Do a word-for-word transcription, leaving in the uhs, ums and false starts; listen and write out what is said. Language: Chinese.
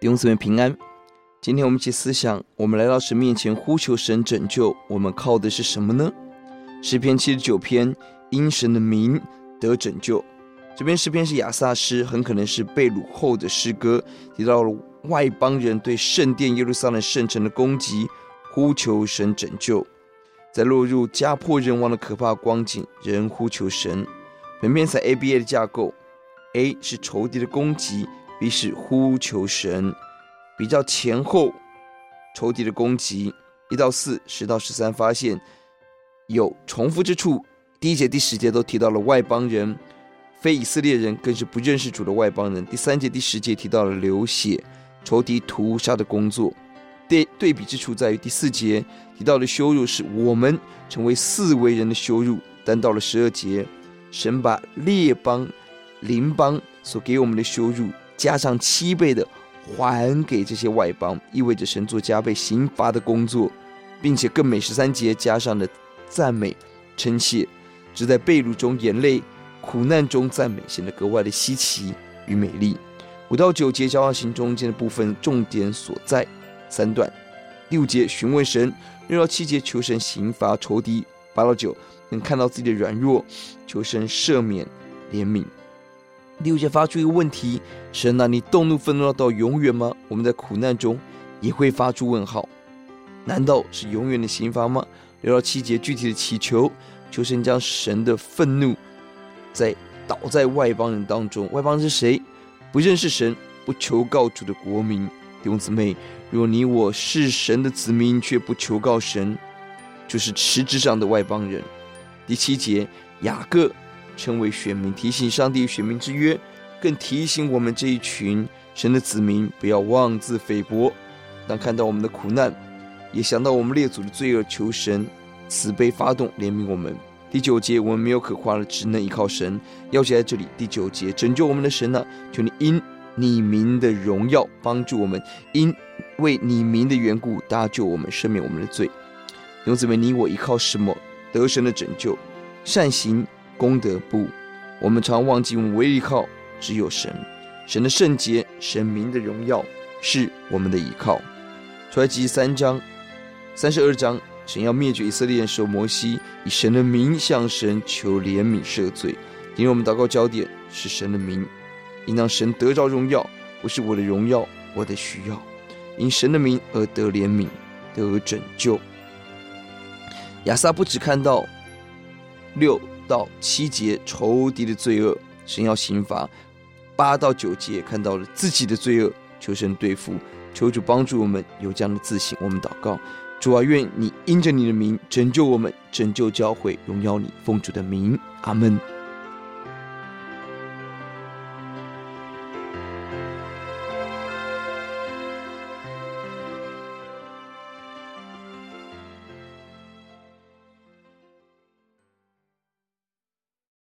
弟兄姊妹平安。今天我们一起思想，我们来到神面前呼求神拯救，我们靠的是什么呢？诗篇七十九篇，因神的名得拯救。这篇诗篇是亚萨诗，很可能是被掳后的诗歌，提到了外邦人对圣殿耶路撒冷圣城的攻击，呼求神拯救。在落入家破人亡的可怕光景，人呼求神。本篇采 A B A 的架构， A 是仇敌的攻击， B 是呼求神。比较前后仇敌的攻击，一到四、十到十三，发现有重复之处。第一节、第十节都提到了外邦人，非以色列人更是不认识主的外邦人。第三节、第十节提到了流血，仇敌屠杀的工作。对对比之处在于第四节提到的羞辱是我们成为四围人的羞辱，但到了十二节，神把列邦邻邦所给我们的羞辱加上七倍的还给这些外邦，意味着神做加倍刑罚的工作，并且更美。十三节加上了赞美称谢，只在被掳中眼泪苦难中赞美，显得格外的稀奇与美丽。五到九节教化型中间的部分重点所在三段。六节询问神，六到七节求神刑罚仇敌，八到九能看到自己的软弱，求神赦免怜悯。六节发出一个问题，神啊，你动怒愤怒到永远吗？我们在苦难中也会发出问号，难道是永远的刑罚吗？六到七节具体的祈求，求神将神的愤怒在倒在外邦人当中。外邦人是谁？不认识神，不求告主的国民。弟兄姊妹，若你我是神的子民，却不求告神，就是实质上的外邦人。第七节，雅各称为选民，提醒上帝与选民之约，更提醒我们这一群神的子民不要妄自菲薄。当看到我们的苦难，也想到我们列祖的罪恶，求神慈悲发动怜悯我们。第九节，我们没有可夸的，只能依靠神。要写在这里。第九节，拯救我们的神啊，求你因你名的荣耀帮助我们，因为你名的缘故搭救我们，赦免我们的罪。弟兄姊妹，你我依靠什么得神的拯救？善行功德不，我们常忘记我们唯一依靠只有神。神的圣洁，神名的荣耀是我们的依靠。出埃及记三章三十二章，神要灭绝以色列人时，摩西以神的名向神求怜悯赦罪。今天我们祷告焦点是神的名，应当神得着荣耀，不是我的荣耀，我的需要。因神的名而得怜悯，得拯救。亚萨不只看到六到七节仇敌的罪恶，神要刑罚。八到九节看到了自己的罪恶，求神对付。求主帮助我们有这样的自省。我们祷告，主啊，愿你因着你的名拯救我们，拯救教会，荣耀你，奉主的名，阿们。